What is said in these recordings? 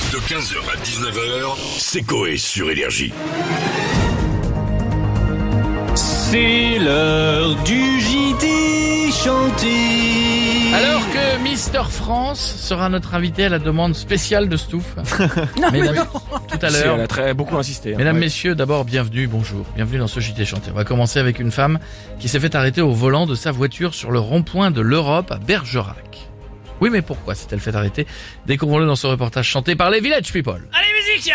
De 15h à 19h, c'est Coé sur Énergie. C'est l'heure du JT chanté. Alors que Mister France sera notre invité à la demande spéciale de Stouff. Mesdames, tout à l'heure. Elle a très beaucoup insisté. Mesdames, messieurs, d'abord, bienvenue, bonjour. Bienvenue dans ce JT chanté. On va commencer avec une femme qui s'est fait arrêter au volant de sa voiture sur le rond-point de l'Europe à Bergerac. Oui, mais pourquoi s'est-elle fait arrêter? Découvrons-le dans ce reportage chanté par les Village People. Allez, musique!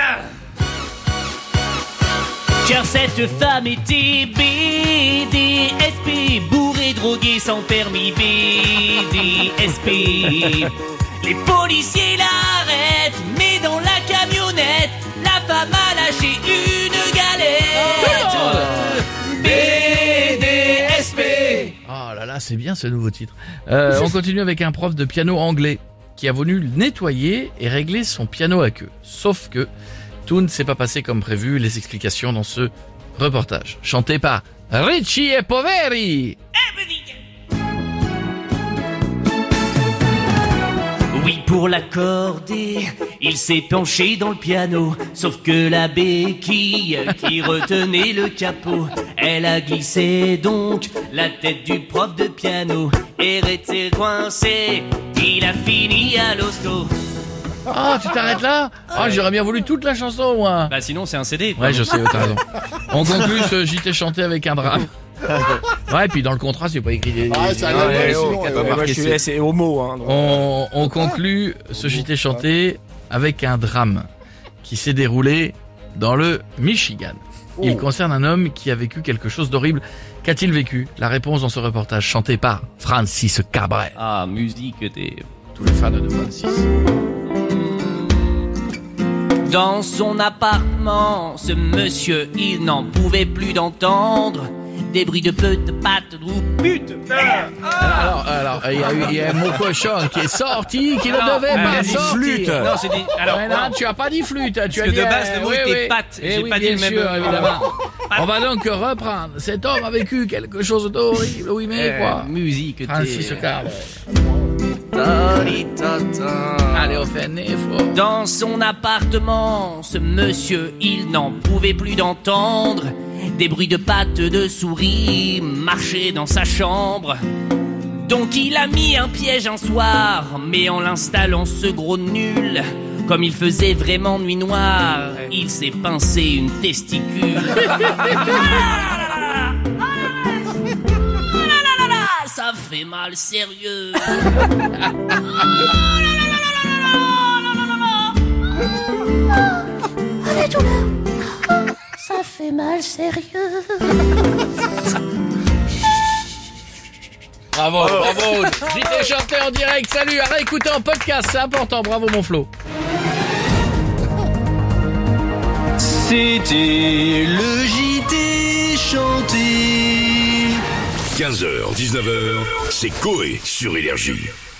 Car cette femme était BDSP, bourrée, droguée, sans permis, BDSP. Les policiers l'arrêtent, mais dans la camionnette, la femme a lâché une galette. BDSP. Oh là là, c'est bien ce nouveau titre. On continue avec un prof de piano anglais qui a voulu nettoyer et régler son piano à queue. Sauf que tout ne s'est pas passé comme prévu. Les explications dans ce reportage. Chanté par Ricci et Poveri. Oui, pour l'accorder, il s'est penché dans le piano. Sauf que la béquille qui retenait le capot, elle a glissé donc la tête du prof de piano. Et resté coincé, il a fini à l'hosto. Ah, tu t'arrêtes là? Ah, j'aurais bien voulu toute la chanson, moi. Bah sinon c'est un CD. Ouais, je sais, t'as raison. On conclut ce JT chanté avec un drame. Ouais, et puis dans le contrat, c'est pas écrit des... C'est homo. Hein, donc. On conclut ce JT chanté avec un drame qui s'est déroulé dans le Michigan. Il concerne un homme qui a vécu quelque chose d'horrible. Qu'a-t-il vécu? La réponse dans ce reportage chanté par Francis Cabrel. Ah, musique des... Tous les fans de Francis. Dans son appartement, ce monsieur, il n'en pouvait plus d'entendre des bruits de peu de pattes ou pute. Alors, il y a un mot cochon qui est sorti, qui ne devait pas sortir. Flûte. Non, c'est des... Alors, Ouais, non, tu as pas dit flûte, tu as que dit... de base, le mot était patte. Eh J'ai oui, pas dit bien le même sûr, mot. évidemment. On va donc reprendre. Cet homme a vécu quelque chose d'horrible, oui, mais quoi? Musique Francis des... Cabrel. Allez, on fait un effort. Dans son appartement, ce monsieur, il n'en pouvait plus d'entendre des bruits de pattes de souris marcher dans sa chambre. Donc il a mis un piège un soir, mais en l'installant ce gros nul, comme il faisait vraiment nuit noire, il s'est pincé une testicule. Ça fait mal sérieux. Les douleurs, ça fait mal sérieux. Bravo. JT chanté en direct, salut, à réécouter en podcast, c'est important, bravo mon Flo. C'était le JT chanté. 15h, 19h, c'est Coé sur Énergie.